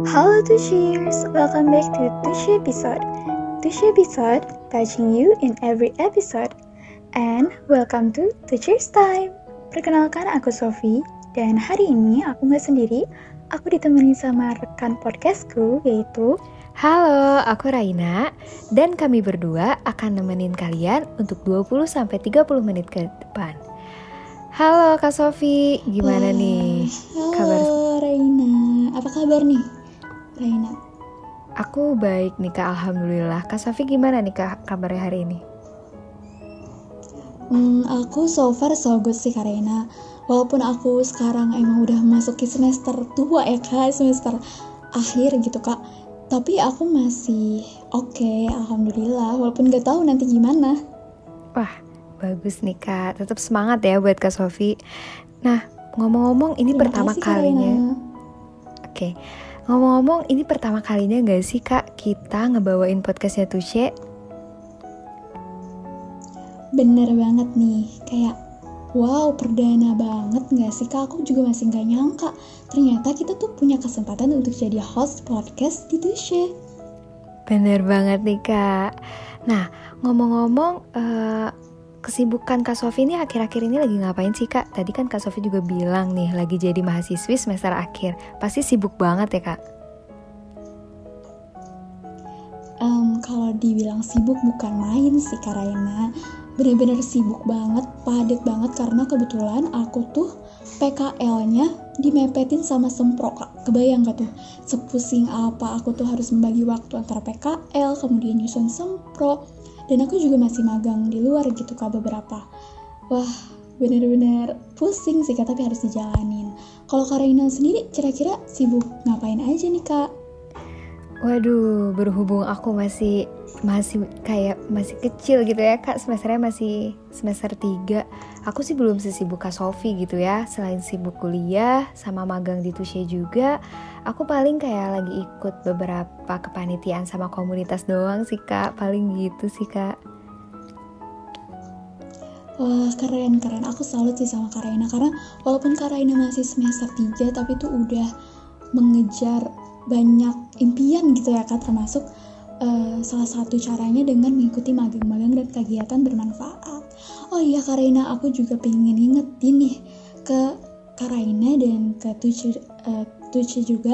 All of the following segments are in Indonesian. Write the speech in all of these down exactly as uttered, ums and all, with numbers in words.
Hello Tushers, welcome back to Tush episode. Tush episode, touching you in every episode. And welcome to Tushers Time. Perkenalkan aku Sofi, dan hari ini aku nggak sendiri. Aku ditemani sama rekan podcastku yaitu Halo, aku Raina, dan kami berdua akan nemenin kalian untuk dua puluh sampai tiga puluh menit ke depan. Halo Kak Sofi, gimana Wah, nih halo kabar? Raina, apa kabar nih Raina? Aku baik nih Kak, Alhamdulillah. Kak Sofi gimana nih Kak kabarnya hari ini? Hmm, aku so far so good sih Kak Raina. Walaupun aku sekarang emang udah masuki semester tua ya Kak, semester akhir gitu Kak, tapi aku masih oke, okay, Alhamdulillah. Walaupun gak tahu nanti gimana. Wah, bagus nih Kak, tetap semangat ya buat Kak Sofi. Nah, ngomong-ngomong ini Terima pertama kasih, Kak kalinya Raina. Oke, ngomong-ngomong ini pertama kalinya gak sih Kak kita ngebawain podcastnya Tushe? Bener banget nih, kayak wow, perdana banget gak sih Kak? Aku juga masih gak nyangka ternyata kita tuh punya kesempatan untuk jadi host podcast di Tushe. Bener banget nih Kak. Nah, ngomong-ngomong uh, kesibukan Kak Sofi ini akhir-akhir ini lagi ngapain sih Kak? Tadi kan Kak Sofi juga bilang nih lagi jadi mahasiswi semester akhir. Pasti sibuk banget ya Kak? Um, kalau dibilang sibuk bukan main sih Kak Raina. Bener-bener sibuk banget, padat banget karena kebetulan aku tuh P K L-nya dimepetin sama Sempro Kak. Kebayang gak tuh sepusing apa aku tuh harus membagi waktu antara P K L, kemudian nyusun Sempro, dan aku juga masih magang di luar gitu Kak beberapa. Wah, bener-bener pusing sih Kak, tapi harus dijalanin. Kalau Kak Raina sendiri kira-kira sibuk ngapain aja nih Kak? Waduh, berhubung aku masih masih kayak masih kecil gitu ya Kak, semesternya masih semester tiga. Aku sih belum sesibuk Kak Sofi gitu ya. Selain sibuk kuliah sama magang di Tushe juga, aku paling kayak lagi ikut beberapa kepanitiaan sama komunitas doang sih Kak. Paling gitu sih Kak. Wah, keren-keren. Aku salut sih sama Kak Raina, karena walaupun Kak Raina masih semester tiga, tapi tuh udah mengejar banyak impian gitu ya Kak, termasuk uh, salah satu caranya dengan mengikuti magang-magang dan kegiatan bermanfaat. Oh iya Kak Raina, aku juga pengen ngingetin nih ke Kak Raina dan ke Tuce, uh, Tuce juga,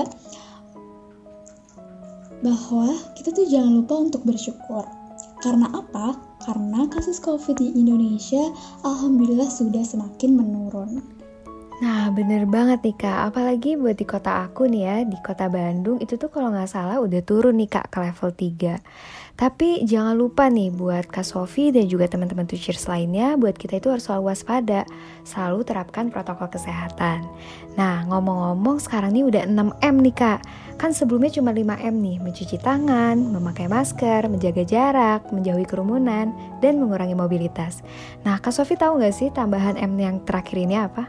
bahwa kita tuh jangan lupa untuk bersyukur. Karena apa? Karena kasus COVID di Indonesia alhamdulillah sudah semakin menurun. Nah bener banget nih Kak, apalagi buat di kota aku nih ya, di kota Bandung itu tuh kalau gak salah udah turun nih Kak ke level tiga. Tapi jangan lupa nih buat Kak Sofi dan juga teman-teman Tushers lainnya, buat kita itu harus selalu waspada, selalu terapkan protokol kesehatan. Nah ngomong-ngomong sekarang nih udah enam M nih Kak, kan sebelumnya cuma lima M nih, mencuci tangan, memakai masker, menjaga jarak, menjauhi kerumunan, dan mengurangi mobilitas. Nah Kak Sofi tahu gak sih tambahan M yang terakhir ini apa?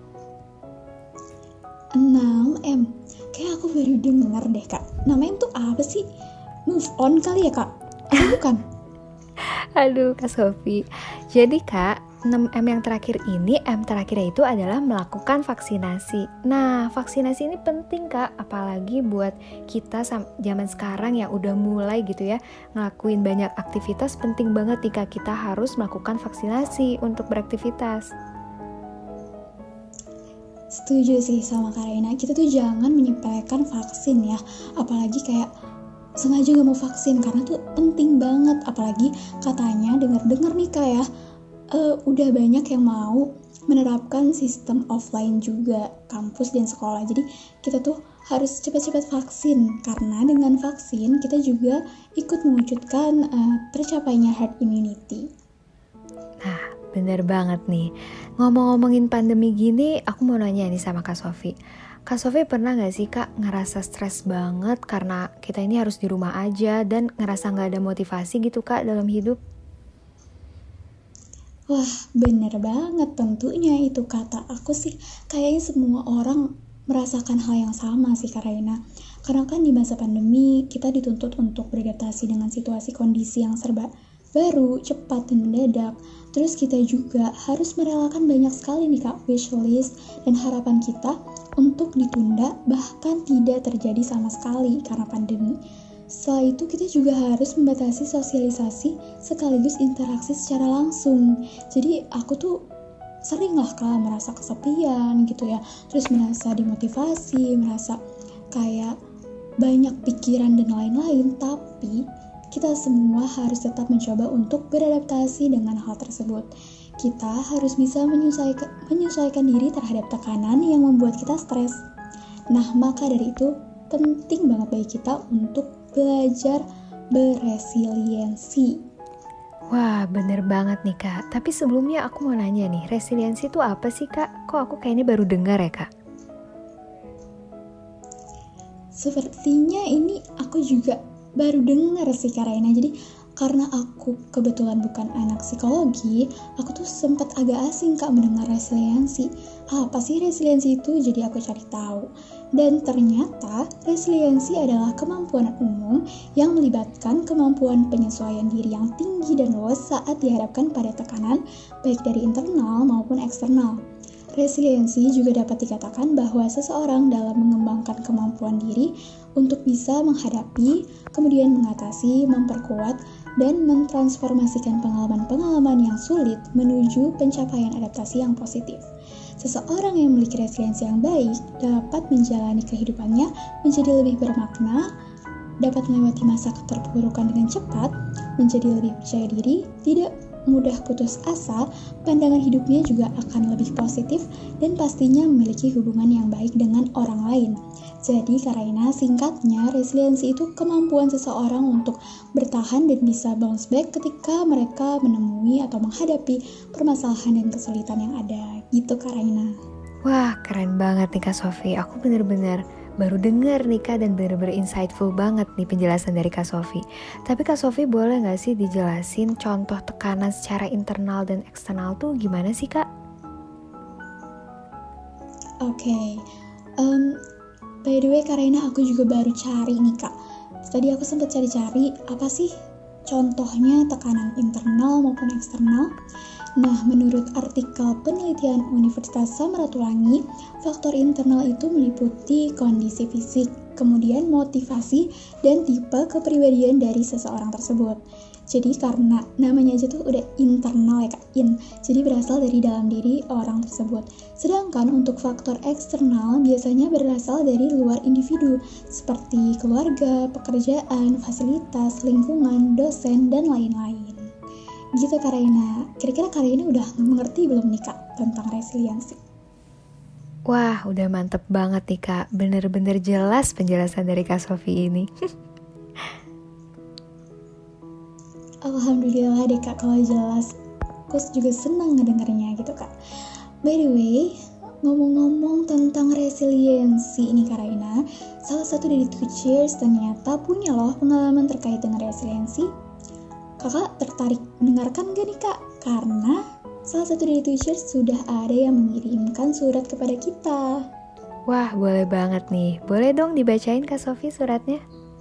enam M, kayak aku baru denger deh Kak. Namanya tuh apa sih? Move on kali ya Kak? Atau bukan? Aduh Kak Sofi. Jadi Kak, enam M yang terakhir ini, M terakhirnya itu adalah melakukan vaksinasi. Nah vaksinasi ini penting Kak, apalagi buat kita zaman sekarang yang udah mulai gitu ya ngelakuin banyak aktivitas. Penting banget jika kita harus melakukan vaksinasi untuk beraktivitas. Setuju sih sama Kak Raina, kita tuh jangan menyepelekan vaksin ya, apalagi kayak sengaja gak mau vaksin, karena tuh penting banget. Apalagi katanya dengar-dengar nih Kak ya, uh, udah banyak yang mau menerapkan sistem offline juga, kampus dan sekolah. Jadi kita tuh harus cepat-cepat vaksin, karena dengan vaksin kita juga ikut mewujudkan uh, tercapainya herd immunity. Nah bener banget nih. Ngomong-ngomongin pandemi gini, aku mau nanya nih sama Kak Sofi. Kak Sofi pernah gak sih Kak ngerasa stres banget karena kita ini harus di rumah aja dan ngerasa gak ada motivasi gitu Kak dalam hidup? Wah, bener banget tentunya itu kata aku sih. Kayaknya semua orang merasakan hal yang sama sih Kak Raina. Karena kan di masa pandemi kita dituntut untuk beradaptasi dengan situasi kondisi yang serba baru, cepat, dan mendadak. Terus kita juga harus merelakan banyak sekali nih Kak wishlist dan harapan kita untuk ditunda bahkan tidak terjadi sama sekali karena pandemi. Setelah itu kita juga harus membatasi sosialisasi sekaligus interaksi secara langsung. Jadi aku tuh sering lah Kak merasa kesepian gitu ya, terus merasa dimotivasi, merasa kayak banyak pikiran dan lain-lain. Tapi kita semua harus tetap mencoba untuk beradaptasi dengan hal tersebut. Kita harus bisa menyesuaikan, menyesuaikan diri terhadap tekanan yang membuat kita stres. Nah, maka dari itu penting banget bagi kita untuk belajar beresiliensi. Wah, bener banget nih Kak. Tapi sebelumnya aku mau nanya nih, resiliensi itu apa sih Kak? Kok aku kayaknya baru dengar ya Kak? Sepertinya ini aku juga baru dengar sih Kak Raina. Jadi karena aku kebetulan bukan anak psikologi, aku tuh sempat agak asing Kak mendengar resiliensi. Apa sih resiliensi itu? Jadi aku cari tahu. Dan ternyata resiliensi adalah kemampuan umum yang melibatkan kemampuan penyesuaian diri yang tinggi dan luas saat dihadapkan pada tekanan baik dari internal maupun eksternal. Resiliensi juga dapat dikatakan bahwa seseorang dalam mengembangkan kemampuan diri untuk bisa menghadapi, kemudian mengatasi, memperkuat, dan mentransformasikan pengalaman-pengalaman yang sulit menuju pencapaian adaptasi yang positif. Seseorang yang memiliki resiliensi yang baik dapat menjalani kehidupannya menjadi lebih bermakna, dapat melewati masa keterpurukan dengan cepat, menjadi lebih percaya diri, tidak mudah putus asa, pandangan hidupnya juga akan lebih positif, dan pastinya memiliki hubungan yang baik dengan orang lain. Jadi karena singkatnya, resiliensi itu kemampuan seseorang untuk bertahan dan bisa bounce back ketika mereka menemui atau menghadapi permasalahan dan kesulitan yang ada. Gitu Kak Raina. Wah, keren banget nih Kak Sofi. Aku bener-bener baru dengar nih Kak, dan bener-bener insightful banget nih penjelasan dari Kak Sofi. Tapi Kak Sofi boleh gak sih dijelasin contoh tekanan secara internal dan eksternal tuh gimana sih Kak? Oke, okay. um, by the way Kak Raina, aku juga baru cari nih Kak. Tadi aku sempat cari-cari apa sih contohnya tekanan internal maupun eksternal. Nah, menurut artikel penelitian Universitas Samratulangi, faktor internal itu meliputi kondisi fisik, kemudian motivasi, dan tipe kepribadian dari seseorang tersebut. Jadi karena namanya aja tuh udah internal ya Kak, in. Jadi berasal dari dalam diri orang tersebut. Sedangkan untuk faktor eksternal biasanya berasal dari luar individu, seperti keluarga, pekerjaan, fasilitas, lingkungan, dosen, dan lain-lain. Gitu Kak Raina. Kira-kira Kak Raina udah mengerti belum nih Kak tentang resiliensi? Wah, udah mantep banget nih Kak. Bener-bener jelas penjelasan dari Kak Sofi ini. Alhamdulillah deh Kak kalau jelas. Aku juga senang ngedengarnya gitu Kak. By the way, ngomong-ngomong tentang resiliensi ini Kak Raina, salah satu dari Twitchers ternyata punya loh pengalaman terkait dengan resiliensi. Kakak tertarik mendengarkan gak nih Kak? Karena salah satu dari Twitchers sudah ada yang mengirimkan surat kepada kita. Wah, boleh banget nih. Boleh dong dibacain Kak Sofi suratnya?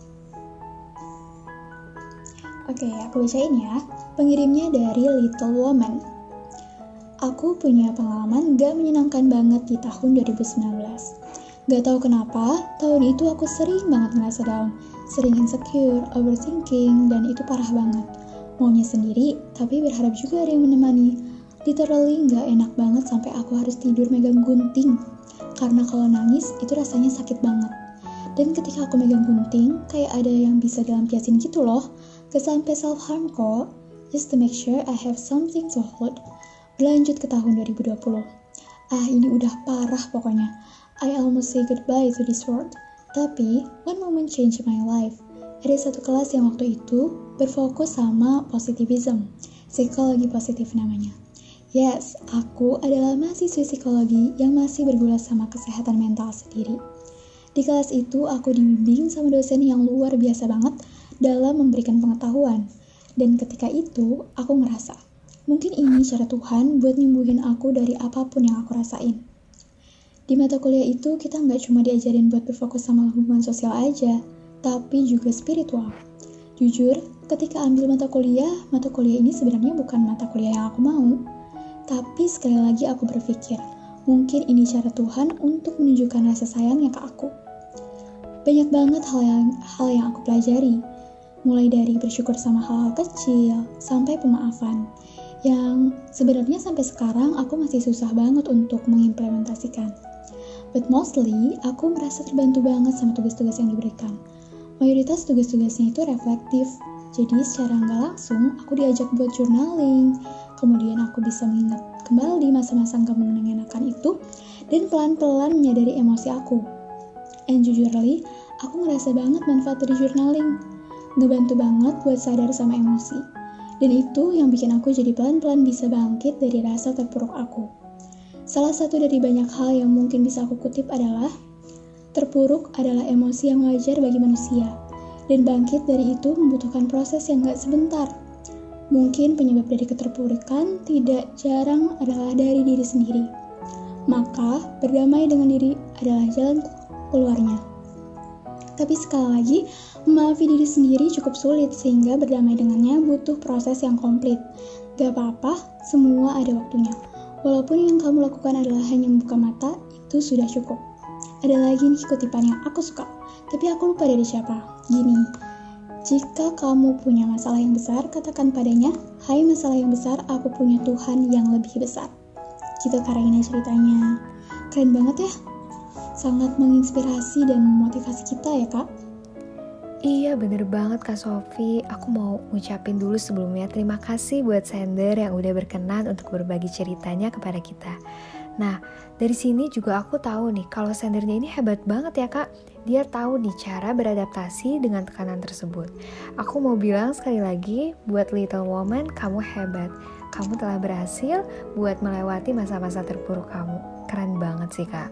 Oke, aku bacain ya. Pengirimnya dari Little Woman. Aku punya pengalaman gak menyenangkan banget di tahun dua ribu sembilan belas. Gak tahu kenapa, tahun itu aku sering banget ngerasa down. Sering insecure, overthinking, dan itu parah banget. Maunya sendiri, tapi berharap juga ada yang menemani. Literally gak enak banget sampai aku harus tidur megang gunting. Karena kalau nangis, itu rasanya sakit banget. Dan ketika aku megang gunting, kayak ada yang bisa dilampiasin gitu loh. Gak sampai self-harm kok. Just to make sure I have something to hold. Berlanjut ke tahun dua ribu dua puluh. Ah, ini udah parah pokoknya. I almost say goodbye to this world. Tapi, one moment changed my life. Ada satu kelas yang waktu itu berfokus sama positivism, psikologi positif namanya. Yes, aku adalah mahasiswi psikologi yang masih bergulat sama kesehatan mental sendiri. Di kelas itu aku dibimbing sama dosen yang luar biasa banget dalam memberikan pengetahuan. Dan ketika itu aku ngerasa, mungkin ini cara Tuhan buat nyembuhin aku dari apapun yang aku rasain. Di mata kuliah itu kita nggak cuma diajarin buat berfokus sama hubungan sosial aja, tapi juga spiritual. Jujur, Ketika ambil mata kuliah, mata kuliah ini sebenarnya bukan mata kuliah yang aku mau. Tapi sekali lagi aku berpikir, mungkin ini cara Tuhan untuk menunjukkan rasa sayangnya ke aku. Banyak banget hal yang, hal yang aku pelajari, mulai dari bersyukur sama hal-hal kecil, sampai pemaafan, yang sebenarnya sampai sekarang aku masih susah banget untuk mengimplementasikan. But mostly, aku merasa terbantu banget sama tugas-tugas yang diberikan. Mayoritas tugas-tugasnya itu reflektif, jadi secara nggak langsung aku diajak buat journaling, kemudian aku bisa mengingat kembali masa-masa nggak menyenangkan itu, dan pelan-pelan menyadari emosi aku. And jujurly, aku ngerasa banget manfaat dari journaling, ngebantu banget buat sadar sama emosi, dan itu yang bikin aku jadi pelan-pelan bisa bangkit dari rasa terpuruk aku. Salah satu dari banyak hal yang mungkin bisa aku kutip adalah, terpuruk adalah emosi yang wajar bagi manusia, dan bangkit dari itu membutuhkan proses yang gak sebentar. Mungkin penyebab dari keterpurukan tidak jarang adalah dari diri sendiri. Maka, berdamai dengan diri adalah jalan keluarnya. Tapi sekali lagi, memaafkan diri sendiri cukup sulit, sehingga berdamai dengannya butuh proses yang komplit. Gak apa-apa, semua ada waktunya. Walaupun yang kamu lakukan adalah hanya membuka mata, itu sudah cukup. Ada lagi nih kutipan yang aku suka, tapi aku lupa dari siapa. Gini, jika kamu punya masalah yang besar, katakan padanya, hai masalah yang besar, aku punya Tuhan yang lebih besar. Gitu Karaina ceritanya. Keren banget ya? Sangat menginspirasi dan memotivasi kita ya kak? Iya bener banget Kak Sofi. Aku mau ngucapin dulu sebelumnya terima kasih buat Sender yang udah berkenan untuk berbagi ceritanya kepada kita. Nah dari sini juga aku tahu nih kalau Sendernya ini hebat banget ya Kak. Dia tahu nih cara beradaptasi dengan tekanan tersebut. Aku mau bilang sekali lagi, buat Little Woman kamu hebat. Kamu telah berhasil buat melewati masa-masa terpuruk kamu. Keren banget sih Kak.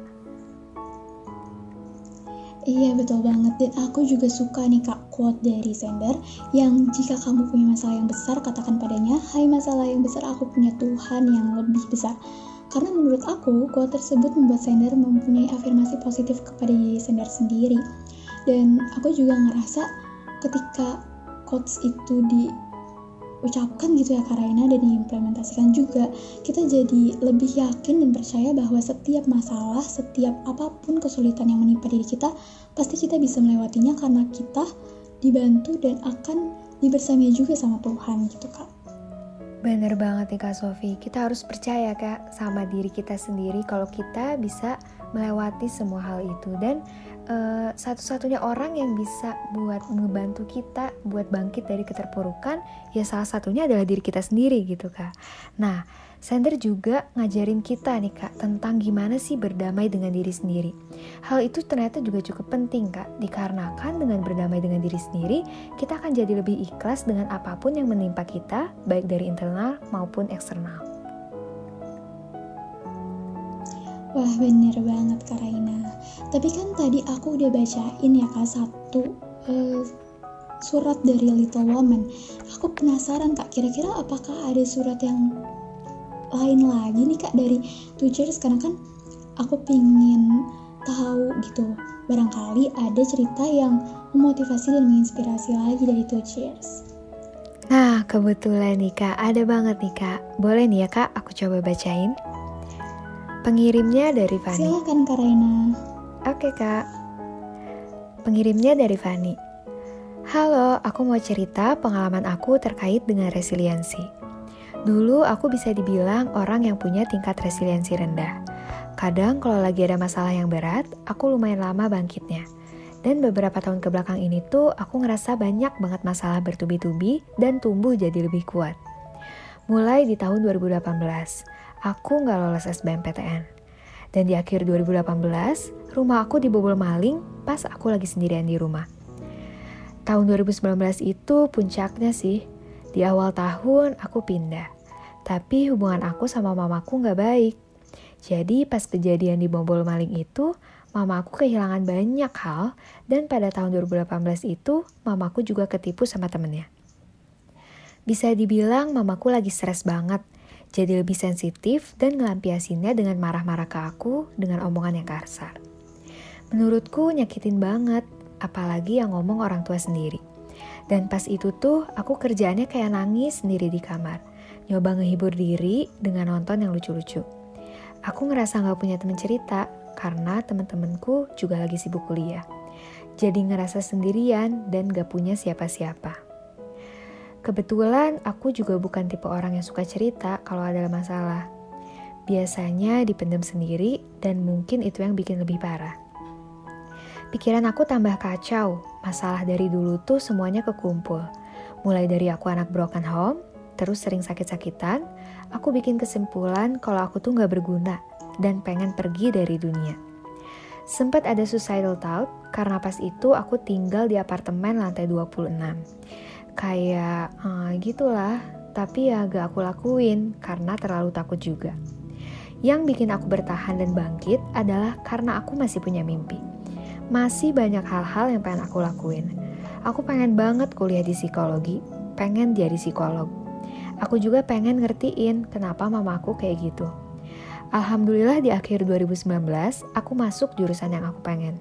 Iya betul banget, dan aku juga suka nih kak quote dari Sender yang jika kamu punya masalah yang besar katakan padanya, hai masalah yang besar aku punya Tuhan yang lebih besar. Karena menurut aku quote tersebut membuat Sender mempunyai afirmasi positif kepada diri Sender sendiri. Dan aku juga ngerasa ketika quotes itu diucapkan gitu ya Kak Raina dan diimplementasikan juga, kita jadi lebih yakin dan percaya bahwa setiap masalah, setiap apapun kesulitan yang menimpa diri kita, pasti kita bisa melewatinya karena kita dibantu dan akan dibersamai juga sama Tuhan gitu Kak. Bener banget nih Kak Sofi, kita harus percaya Kak sama diri kita sendiri kalau kita bisa melewati semua hal itu. Dan uh, satu-satunya orang yang bisa buat ngebantu kita buat bangkit dari keterpurukan, ya salah satunya adalah diri kita sendiri gitu Kak. Nah, Sender juga ngajarin kita nih Kak tentang gimana sih berdamai dengan diri sendiri. Hal itu ternyata juga cukup penting Kak, dikarenakan dengan berdamai dengan diri sendiri, kita akan jadi lebih ikhlas dengan apapun yang menimpa kita, baik dari internal maupun eksternal. Wah bener banget Kak Raina. Tapi kan tadi aku udah bacain ya Kak satu uh, surat dari Little Woman. Aku penasaran Kak, kira-kira apakah ada surat yang lain lagi nih Kak dari Two Cheers, karena kan aku pingin tahu gitu, barangkali ada cerita yang memotivasi dan menginspirasi lagi dari Two Cheers. Nah kebetulan nih Kak, ada banget nih Kak. Boleh nih ya Kak, aku coba bacain. Pengirimnya dari Fani. Silakan Kak Raina. Oke Kak. Pengirimnya dari Fani. Halo, aku mau cerita pengalaman aku terkait dengan resiliensi. Dulu aku bisa dibilang orang yang punya tingkat resiliensi rendah. Kadang kalau lagi ada masalah yang berat, aku lumayan lama bangkitnya. Dan beberapa tahun kebelakang ini tuh aku ngerasa banyak banget masalah bertubi-tubi dan tumbuh jadi lebih kuat. Mulai di tahun dua ribu delapan belas, aku gak lolos S B M P T N. Dan di akhir dua ribu delapan belas, rumah aku dibobol maling pas aku lagi sendirian di rumah. Tahun dua ribu sembilan belas itu puncaknya sih. Di awal tahun aku pindah, tapi hubungan aku sama mamaku gak baik. Jadi pas kejadian dibobol maling itu, mamaku kehilangan banyak hal, dan pada tahun dua ribu delapan belas itu, mamaku juga ketipu sama temennya. Bisa dibilang mamaku lagi stres banget, jadi lebih sensitif dan ngelampiasinnya dengan marah-marah ke aku dengan omongan yang kasar. Menurutku nyakitin banget, apalagi yang ngomong orang tua sendiri. Dan pas itu tuh aku kerjaannya kayak nangis sendiri di kamar. Nyoba ngehibur diri dengan nonton yang lucu-lucu. Aku ngerasa gak punya teman cerita karena teman-temanku juga lagi sibuk kuliah. Jadi ngerasa sendirian dan gak punya siapa-siapa. Kebetulan aku juga bukan tipe orang yang suka cerita kalau ada masalah. Biasanya dipendam sendiri dan mungkin itu yang bikin lebih parah. Pikiran aku tambah kacau, masalah dari dulu tuh semuanya kekumpul. Mulai dari aku anak broken home, terus sering sakit-sakitan, aku bikin kesimpulan kalau aku tuh gak berguna dan pengen pergi dari dunia. Sempat ada suicidal thought karena pas itu aku tinggal di apartemen lantai dua puluh enam. Kayak eh, gitulah, tapi ya gak aku lakuin karena terlalu takut juga. Yang bikin aku bertahan dan bangkit adalah karena aku masih punya mimpi. Masih banyak hal-hal yang pengen aku lakuin. Aku pengen banget kuliah di psikologi, pengen jadi psikolog. Aku juga pengen ngertiin kenapa mamaku kayak gitu. Alhamdulillah di akhir dua ribu sembilan belas, aku masuk jurusan yang aku pengen.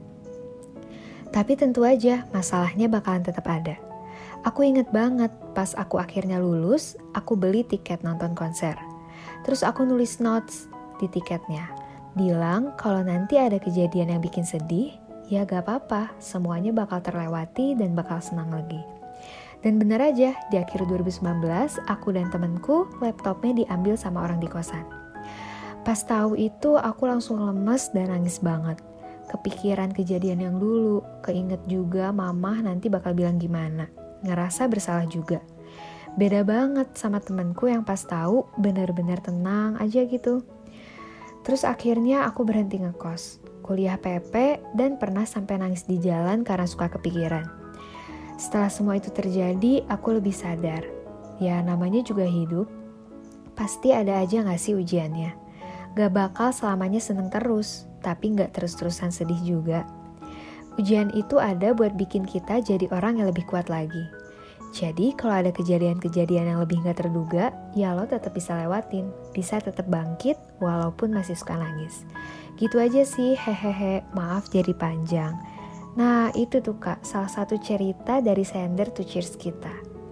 Tapi tentu aja masalahnya bakalan tetap ada. Aku inget banget pas aku akhirnya lulus, aku beli tiket nonton konser. Terus aku nulis notes di tiketnya. Bilang kalau nanti ada kejadian yang bikin sedih, ya gak apa-apa, semuanya bakal terlewati dan bakal senang lagi. Dan bener aja, di akhir dua ribu sembilan belas, aku dan temenku laptopnya diambil sama orang di kosan. Pas tahu itu, aku langsung lemes dan nangis banget. Kepikiran kejadian yang dulu, keinget juga mama nanti bakal bilang gimana. Ngerasa bersalah juga. Beda banget sama temenku yang pas tahu bener-bener tenang aja gitu. Terus akhirnya aku berhenti ngekos, kuliah P P, dan pernah sampai nangis di jalan karena suka kepikiran. Setelah semua itu terjadi, aku lebih sadar. Ya namanya juga hidup, pasti ada aja gak sih ujiannya. Gak bakal selamanya seneng terus, tapi gak terus-terusan sedih juga. Ujian itu ada buat bikin kita jadi orang yang lebih kuat lagi. Jadi kalau ada kejadian-kejadian yang lebih gak terduga, ya lo tetap bisa lewatin, bisa tetap bangkit walaupun masih suka nangis. Gitu aja sih, hehehe, maaf jadi panjang. Nah itu tuh kak, salah satu cerita dari Sender to Cheers kita.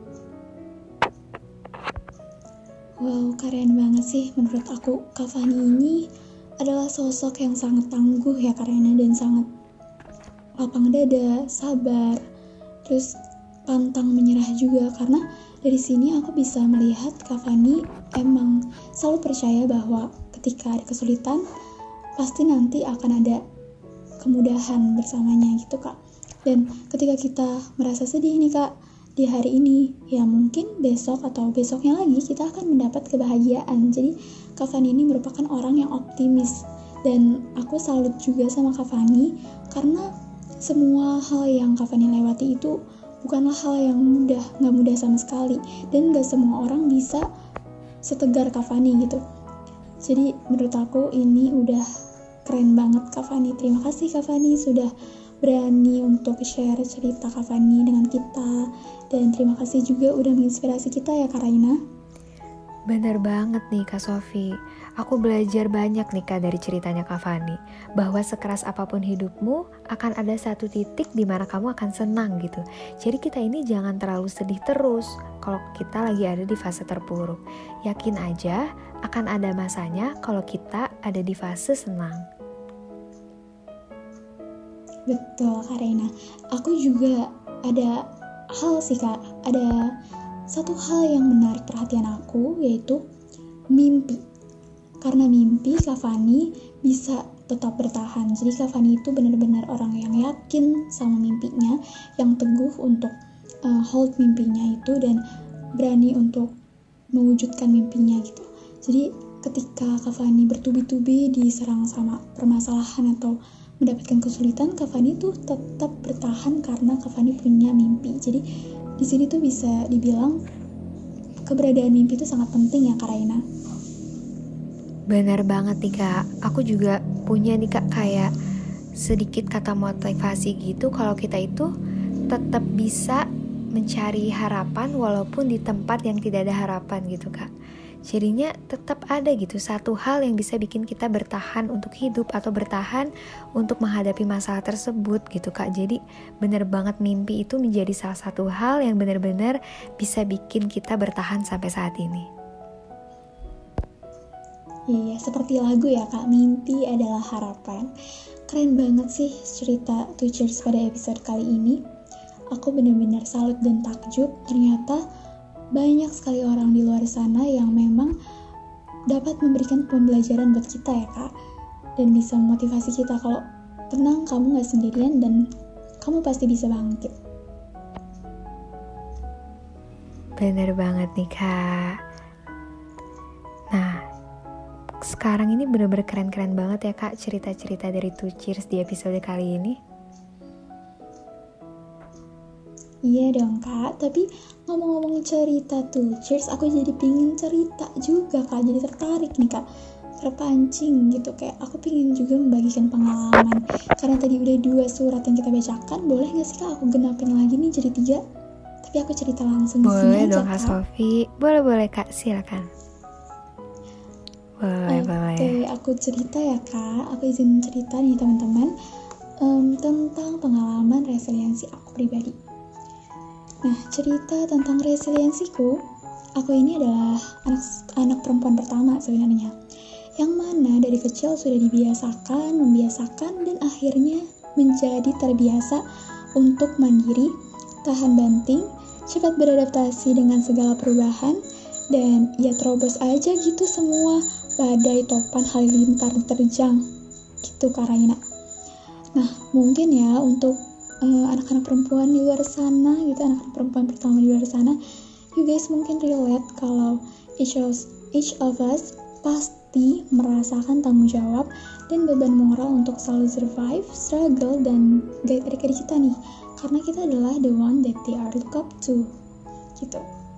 Wow, keren banget sih menurut aku. Kak Fani ini adalah sosok yang sangat tangguh ya karena dan sangat lapang dada, sabar, terus pantang menyerah juga. Karena dari sini aku bisa melihat Kak Fani emang selalu percaya bahwa ketika ada kesulitan pasti nanti akan ada kemudahan bersamanya gitu kak. Dan ketika kita merasa sedih nih kak di hari ini, ya mungkin besok atau besoknya lagi kita akan mendapat kebahagiaan. Jadi Kak Fani ini merupakan orang yang optimis, dan aku salut juga sama Kak Fani karena semua hal yang Kak Fani lewati itu bukanlah hal yang mudah, gak mudah sama sekali, dan gak semua orang bisa setegar Kak Fani gitu. Jadi menurut aku ini udah keren banget Kak Fani. Terima kasih Kak Fani sudah berani untuk share cerita Kak Fani dengan kita, dan terima kasih juga udah menginspirasi kita ya Kak Raina. Bener banget nih Kak Sofi. Aku belajar banyak nih Kak dari ceritanya Kak Fani, bahwa sekeras apapun hidupmu akan ada satu titik di mana kamu akan senang gitu. Jadi kita ini jangan terlalu sedih terus kalau kita lagi ada di fase terpuruk. Yakin aja akan ada masanya kalau kita ada di fase senang. Betul Kak Reina. Aku juga ada hal sih Kak, ada satu hal yang menarik perhatian aku, yaitu mimpi. Karena mimpi, Kak Fani bisa tetap bertahan. Jadi Kak Fani itu benar-benar orang yang yakin sama mimpinya, yang teguh untuk uh, hold mimpinya itu dan berani untuk mewujudkan mimpinya gitu. Jadi ketika Kak Fani bertubi-tubi diserang sama permasalahan atau mendapatkan kesulitan, Kak Fani tuh tetap bertahan karena Kak Fani punya mimpi. Jadi di sini tuh bisa dibilang keberadaan mimpi itu sangat penting ya Kak Raina. Benar banget nih Kak. Aku juga punya nih Kak kayak sedikit kata motivasi gitu kalau kita itu tetap bisa mencari harapan walaupun di tempat yang tidak ada harapan gitu Kak. Jadinya tetap ada gitu satu hal yang bisa bikin kita bertahan untuk hidup atau bertahan untuk menghadapi masalah tersebut gitu Kak. Jadi bener banget mimpi itu menjadi salah satu hal yang benar-benar bisa bikin kita bertahan sampai saat ini. Iya, seperti lagu ya Kak, mimpi adalah harapan. Keren banget sih cerita Two Cheers pada episode kali ini. Aku benar-benar salut dan takjub, ternyata banyak sekali orang di luar sana yang memang dapat memberikan pembelajaran buat kita ya Kak. Dan bisa memotivasi kita kalau tenang, kamu gak sendirian dan kamu pasti bisa bangkit. Bener banget nih Kak. Nah, sekarang ini bener-bener keren-keren banget ya Kak cerita-cerita dari Two Cheers di episode kali ini. Iya dong Kak, tapi ngomong-ngomong cerita Two Cheers, aku jadi pingin cerita juga Kak, jadi tertarik nih Kak, terpancing gitu, kayak aku pingin juga membagikan pengalaman. Karena tadi udah dua surat yang kita bacakan, boleh gak sih Kak aku genapin lagi nih jadi tiga? Tapi aku cerita langsung di sini aja Kak. Boleh dong Kak Sofi, boleh-boleh Kak, silakan. Boleh, Oke, boleh. Oke, aku cerita ya Kak, aku izin cerita nih teman-teman um, tentang pengalaman resiliensi aku pribadi. Nah, cerita tentang resiliensiku, aku ini adalah anak, anak perempuan pertama sebenarnya, yang mana dari kecil sudah dibiasakan, membiasakan, dan akhirnya menjadi terbiasa untuk mandiri, tahan banting, cepat beradaptasi dengan segala perubahan, dan ya terobos aja gitu semua badai, topan, halilintar, terjang, gitu Kak Raina. Nah, mungkin ya untuk Uh, anak-anak perempuan di luar sana gitu, anak-anak perempuan pertama di luar sana, you guys mungkin relate kalau each of, each of us pasti merasakan tanggung jawab dan beban moral untuk selalu survive, struggle, dan guide adik-adik kita nih, karena kita adalah the one that they are look up to gitu.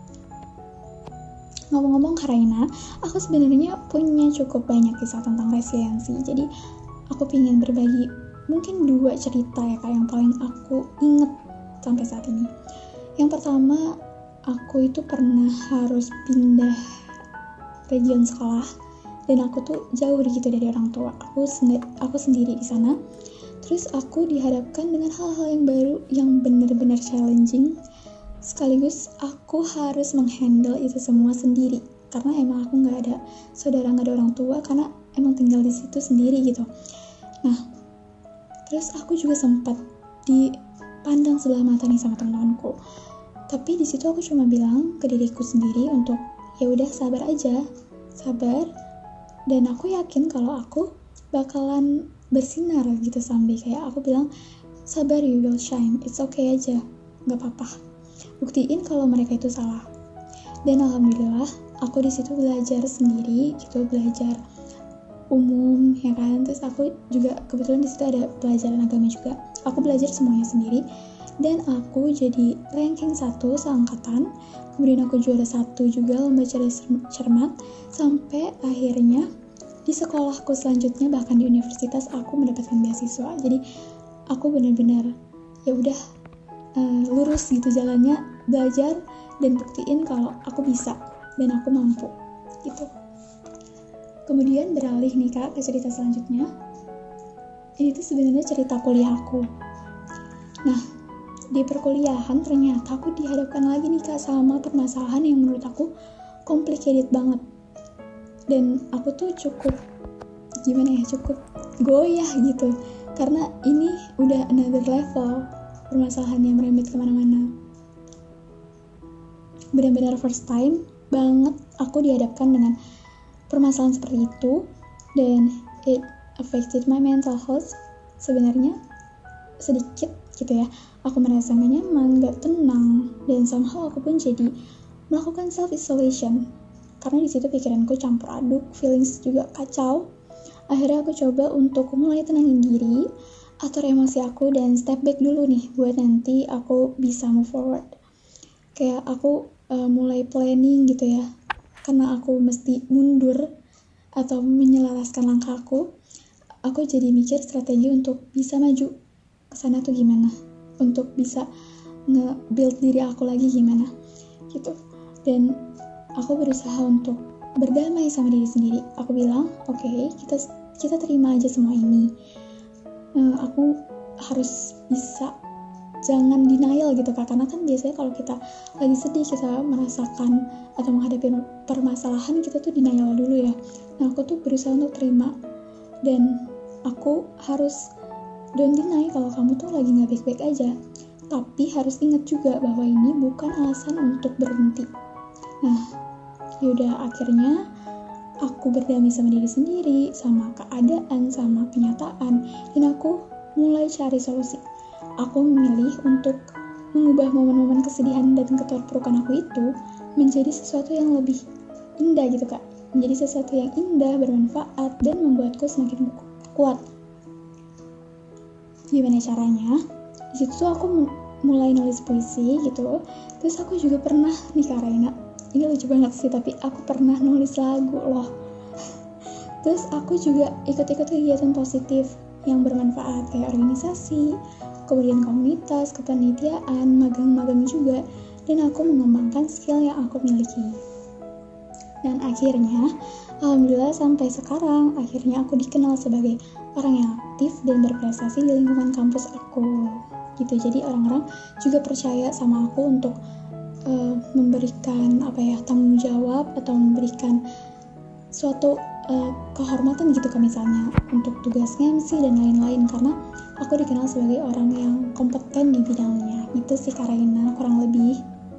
Ngomong-ngomong Kak Raina, aku sebenarnya punya cukup banyak kisah tentang resiliensi, jadi aku pengen berbagi mungkin dua cerita ya Kak yang paling aku inget sampai saat ini. Yang pertama, aku itu pernah harus pindah region sekolah dan aku tuh jauh gitu dari orang tua. Aku sendiri, aku sendiri di sana. Terus aku dihadapkan dengan hal-hal yang baru yang benar-benar challenging. Sekaligus aku harus menghandle itu semua sendiri karena emang aku nggak ada saudara, nggak ada orang tua, karena emang tinggal di situ sendiri gitu. Nah, terus aku juga sempat dipandang sebelah mata nih sama teman-temanku. Tapi di situ aku cuma bilang ke diriku sendiri untuk ya udah sabar aja, sabar. Dan aku yakin kalau aku bakalan bersinar gitu sampai kayak aku bilang sabar, you will shine, it's okay aja, nggak apa-apa. Buktiin kalau mereka itu salah. Dan alhamdulillah aku di situ belajar sendiri gitu, belajar umum ya kan, terus aku juga kebetulan di situ ada pelajaran agama juga, aku belajar semuanya sendiri dan aku jadi ranking satu seangkatan, kemudian aku juara satu juga lomba cerdas cermat, sampai akhirnya di sekolahku selanjutnya bahkan di universitas aku mendapatkan beasiswa. Jadi aku benar-benar ya udah uh, lurus gitu jalannya, belajar dan buktiin kalau aku bisa dan aku mampu gitu. Kemudian beralih nih Kak ke cerita selanjutnya. Ini tuh sebenarnya cerita kuliahku. Nah, di perkuliahan ternyata aku dihadapkan lagi nih Kak sama permasalahan yang menurut aku complicated banget. Dan aku tuh cukup gimana ya, cukup goyah gitu. Karena ini udah another level permasalahan yang merembet kemana-mana. Benar-benar first time banget aku dihadapkan dengan permasalahan seperti itu, dan it affected my mental health sebenarnya sedikit gitu ya. Aku merasa gak nyaman, gak tenang, dan somehow aku pun jadi melakukan self isolation karena di situ pikiranku campur aduk, feelings juga kacau. Akhirnya aku coba untuk mulai tenangin diri, atur emosi aku, dan step back dulu nih buat nanti aku bisa move forward. Kayak aku uh, mulai planning gitu ya, karena aku mesti mundur atau menyelaraskan langkahku, aku jadi mikir strategi untuk bisa maju ke sana tuh gimana, untuk bisa nge-build diri aku lagi gimana gitu. Dan aku berusaha untuk berdamai sama diri sendiri. Aku bilang, oke, okay, kita kita terima aja semua ini. Uh, aku harus bisa jangan denial gitu Kak, karena kan biasanya kalau kita lagi sedih, kita merasakan atau menghadapi permasalahan, kita tuh denial dulu ya. Nah aku tuh berusaha untuk terima, dan aku harus don't deny kalau kamu tuh lagi gak baik-baik aja, tapi harus ingat juga bahwa ini bukan alasan untuk berhenti. Nah yaudah, akhirnya aku berdamai sama diri sendiri, sama keadaan, sama kenyataan, dan aku mulai cari solusi. Aku memilih untuk mengubah momen-momen kesedihan dan keterpurukan aku itu menjadi sesuatu yang lebih indah gitu Kak. Menjadi sesuatu yang indah, bermanfaat, dan membuatku semakin kuat. Gimana caranya? Di situ tuh aku mulai nulis puisi gitu. Terus aku juga pernah nih Kak Raina, ini lucu banget sih, tapi aku pernah nulis lagu loh. Terus aku juga ikut-ikut kegiatan positif yang bermanfaat kayak organisasi, kemudian komunitas, kepanitiaan, magang-magang juga, dan aku mengembangkan skill yang aku miliki. Dan akhirnya, alhamdulillah sampai sekarang, akhirnya aku dikenal sebagai orang yang aktif dan berprestasi di lingkungan kampus aku. Gitu, jadi orang-orang juga percaya sama aku untuk uh, memberikan apa ya tanggung jawab atau memberikan suatu uh, kehormatan gitu kan, misalnya untuk tugas M C dan lain-lain, karena aku dikenal sebagai orang yang kompeten di bidangnya. Itu sih Kak Raina, kurang lebih.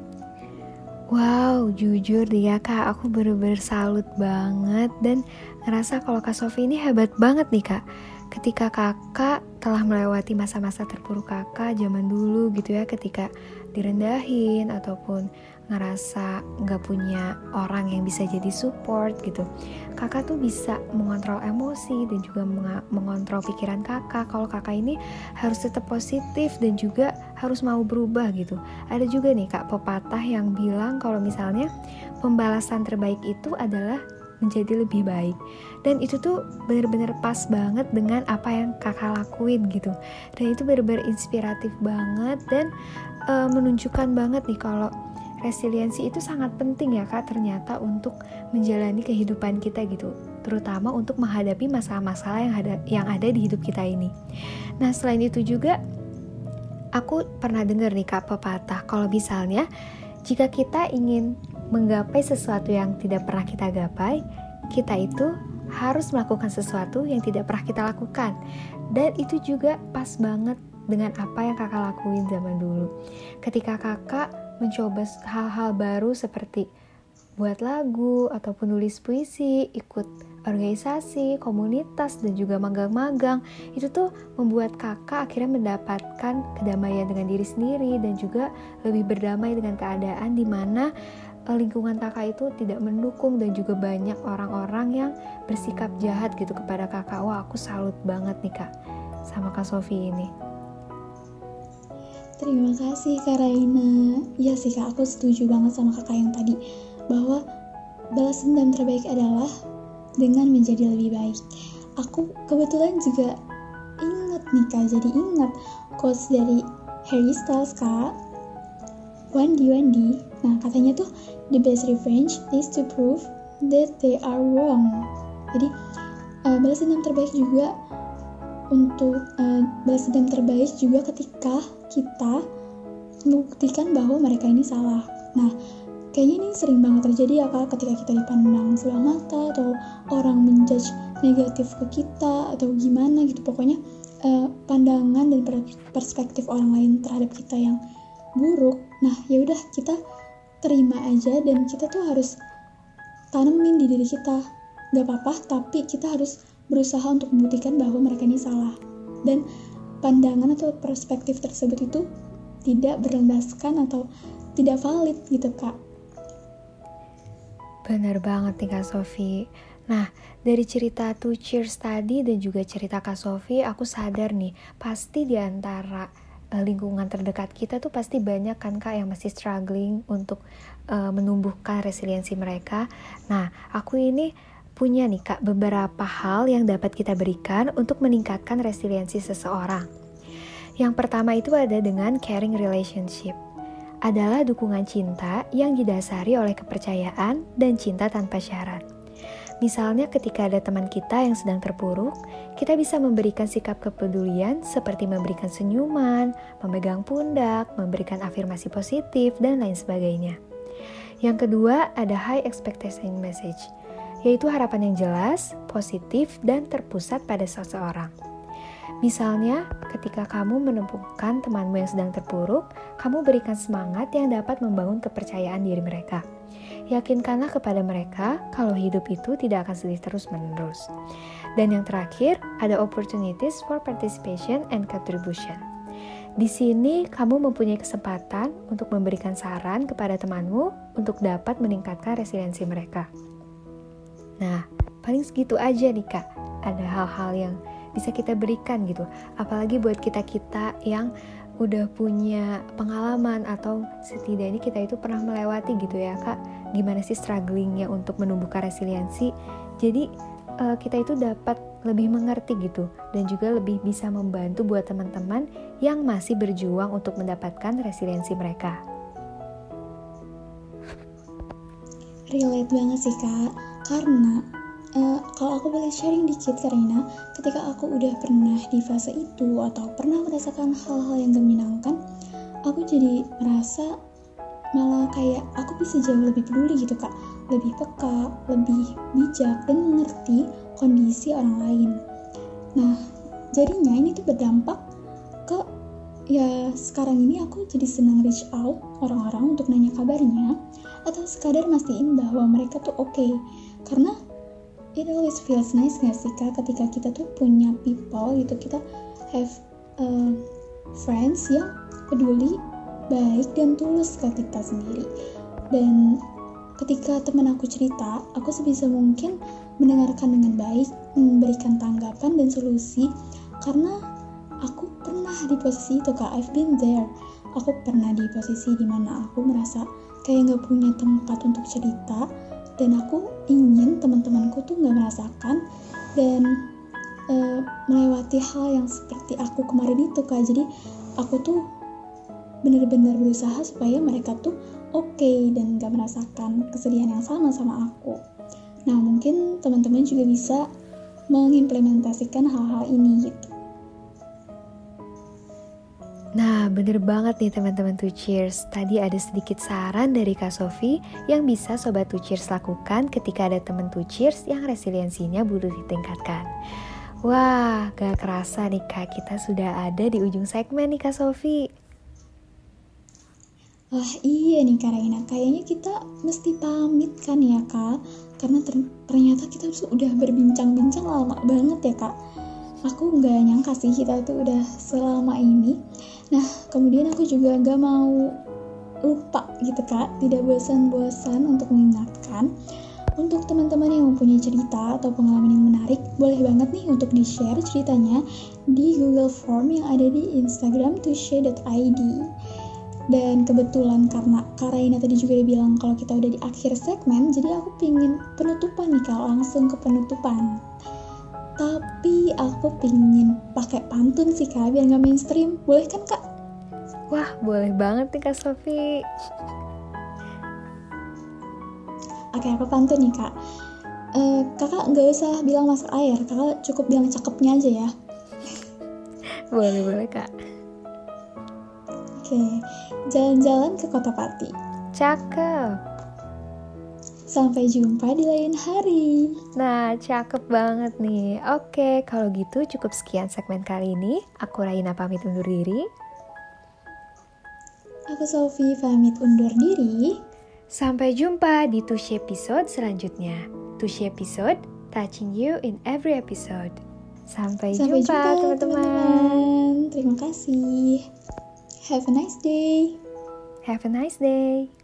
Wow, jujur deh ya Kak, aku bener-bener salut banget dan ngerasa kalau Kak Sofi ini hebat banget nih Kak. Ketika kakak telah melewati masa-masa terpuruk kakak zaman dulu gitu ya, ketika direndahin ataupun ngerasa gak punya orang yang bisa jadi support gitu, kakak tuh bisa mengontrol emosi dan juga meng- mengontrol pikiran kakak. Kalau kakak ini harus tetap positif dan juga harus mau berubah gitu. Ada juga nih Kak pepatah yang bilang kalau misalnya pembalasan terbaik itu adalah menjadi lebih baik, dan itu tuh benar-benar pas banget dengan apa yang kakak lakuin gitu. Dan itu benar-benar inspiratif banget dan uh, menunjukkan banget nih kalau resiliensi itu sangat penting ya Kak ternyata untuk menjalani kehidupan kita gitu, terutama untuk menghadapi masalah-masalah yang ada yang ada di hidup kita ini. Nah selain itu juga aku pernah dengar nih Kak pepatah kalau misalnya jika kita ingin menggapai sesuatu yang tidak pernah kita gapai, kita itu harus melakukan sesuatu yang tidak pernah kita lakukan. Dan itu juga pas banget dengan apa yang kakak lakuin zaman dulu. Ketika kakak mencoba hal-hal baru seperti buat lagu ataupun nulis puisi, ikut organisasi, komunitas, dan juga magang-magang, itu tuh membuat kakak akhirnya mendapatkan kedamaian dengan diri sendiri dan juga lebih berdamai dengan keadaan di mana lingkungan kakak itu tidak mendukung dan juga banyak orang-orang yang bersikap jahat gitu kepada kakak. Wah aku salut banget nih Kak sama Kak Sofi ini. Terima kasih Kak Raina. Iya sih Kak, aku setuju banget sama kakak yang tadi, bahwa balas dendam terbaik adalah dengan menjadi lebih baik. Aku kebetulan juga ingat nih Kak, jadi ingat quotes dari Harry Styles Kak, Wendy Wendy. Nah katanya tuh the best revenge is to prove that they are wrong. Jadi uh, balas dendam terbaik juga untuk uh, balas dendam terbaik juga ketika kita membuktikan bahwa mereka ini salah. Nah kayaknya ini sering banget terjadi ya Kak, ketika kita dipandang sebelah mata atau orang menjudge negatif ke kita atau gimana gitu. Pokoknya uh, pandangan dan perspektif orang lain terhadap kita yang buruk. Nah ya udah, kita terima aja dan kita tuh harus tanemin di diri kita. Gak apa-apa, tapi kita harus berusaha untuk membuktikan bahwa mereka ini salah. Dan pandangan atau perspektif tersebut itu tidak berlandaskan atau tidak valid gitu Kak. Bener banget nih Kak Sofi. Nah dari cerita Two Cheers tadi dan juga cerita Kak Sofi, aku sadar nih pasti di antara lingkungan terdekat kita tuh pasti banyak kan Kak yang masih struggling untuk uh, menumbuhkan resiliensi mereka. Nah aku ini punya nih Kak beberapa hal yang dapat kita berikan untuk meningkatkan resiliensi seseorang. Yang pertama itu ada dengan caring relationship. adalah dukungan cinta yang didasari oleh kepercayaan dan cinta tanpa syarat. Misalnya ketika ada teman kita yang sedang terpuruk, kita bisa memberikan sikap kepedulian seperti memberikan senyuman, memegang pundak, memberikan afirmasi positif, dan lain sebagainya. Yang kedua, ada high expectation message, yaitu harapan yang jelas, positif, dan terpusat pada seseorang. Misalnya, ketika kamu menemukan temanmu yang sedang terpuruk, kamu berikan semangat yang dapat membangun kepercayaan diri mereka. Yakinkanlah kepada mereka kalau hidup itu tidak akan sedih terus-menerus. Dan yang terakhir, ada opportunities for participation and contribution. Di sini, kamu mempunyai kesempatan untuk memberikan saran kepada temanmu untuk dapat meningkatkan resiliensi mereka. Nah, paling segitu aja nih Kak. Ada hal-hal yang bisa kita berikan gitu. Apalagi buat kita-kita yang udah punya pengalaman atau setidaknya kita itu pernah melewati gitu ya Kak. Gimana sih strugglingnya untuk menumbuhkan resiliensi. Jadi uh, kita itu dapat lebih mengerti gitu. Dan juga lebih bisa membantu buat teman-teman yang masih berjuang untuk mendapatkan resiliensi mereka. Relate banget sih Kak. Karena uh, kalau aku boleh sharing dikit Karina, ketika aku udah pernah di fase itu atau pernah merasakan hal-hal yang gak menyenangkan, aku jadi merasa malah kayak aku bisa jauh lebih peduli gitu Kak, lebih peka, lebih bijak dan mengerti kondisi orang lain. Nah, jadinya ini tuh berdampak ke ya sekarang ini aku jadi senang reach out orang-orang untuk nanya kabarnya atau sekadar mastiin bahwa mereka tuh oke. Okay. Karena it always feels nice gak sih Kak ketika kita tuh punya people gitu, kita have uh, friends yang peduli, baik dan tulus ke kita sendiri. Dan ketika teman aku cerita, aku sebisa mungkin mendengarkan dengan baik, memberikan tanggapan dan solusi, karena aku pernah di posisi itu Kak, I've been there. Aku pernah di posisi dimana aku merasa kayak gak punya tempat untuk cerita, dan aku ingin teman-temanku tuh gak merasakan dan uh, melewati hal yang seperti aku kemarin itu Kak. Jadi aku tuh benar-benar berusaha supaya mereka tuh oke okay dan gak merasakan kesedihan yang sama sama aku. Nah, mungkin teman-teman juga bisa mengimplementasikan hal-hal ini gitu. Nah, bener banget nih teman-teman two cheers. Tadi ada sedikit saran dari Kak Sofi yang bisa Sobat two cheers lakukan ketika ada teman two cheers yang resiliensinya butuh ditingkatkan. Wah, gak kerasa nih Kak, kita sudah ada di ujung segmen nih Kak Sofi. Wah iya nih Kak Raina, kayaknya kita mesti pamit kan ya Kak, karena ter- ternyata kita sudah berbincang-bincang lama banget ya Kak. Aku gak nyangka sih kita tuh udah selama ini. Nah, kemudian aku juga gak mau lupa gitu Kak, tidak bosan-bosan untuk mengingatkan untuk teman-teman yang mempunyai cerita atau pengalaman yang menarik, boleh banget nih untuk di-share ceritanya di Google Form yang ada di Instagram two share dot i d. Dan kebetulan karena Kak Raina tadi juga udah bilang kalau kita udah di akhir segmen, jadi aku pingin penutupan nih Kak, langsung ke penutupan. Tapi aku pingin pakai pantun sih Kak, biar gak mainstream. Boleh kan Kak? Wah, boleh banget nih Kak Sofi. Oke, aku pantun nih Kak. Uh, kakak gak usah bilang masak air, kakak cukup bilang cakepnya aja ya. Boleh-boleh Kak. Oke, jalan-jalan ke Kota Pati. Cakep. Sampai jumpa di lain hari. Nah, cakep banget nih. Oke, kalau gitu cukup sekian segmen kali ini. Aku Raina pamit undur diri. Aku Sofi pamit undur diri. Sampai jumpa di Tushy episode selanjutnya. Tushy episode, touching you in every episode. Sampai, Sampai jumpa, jumpa teman-teman. teman-teman. Terima kasih. Have a nice day. Have a nice day.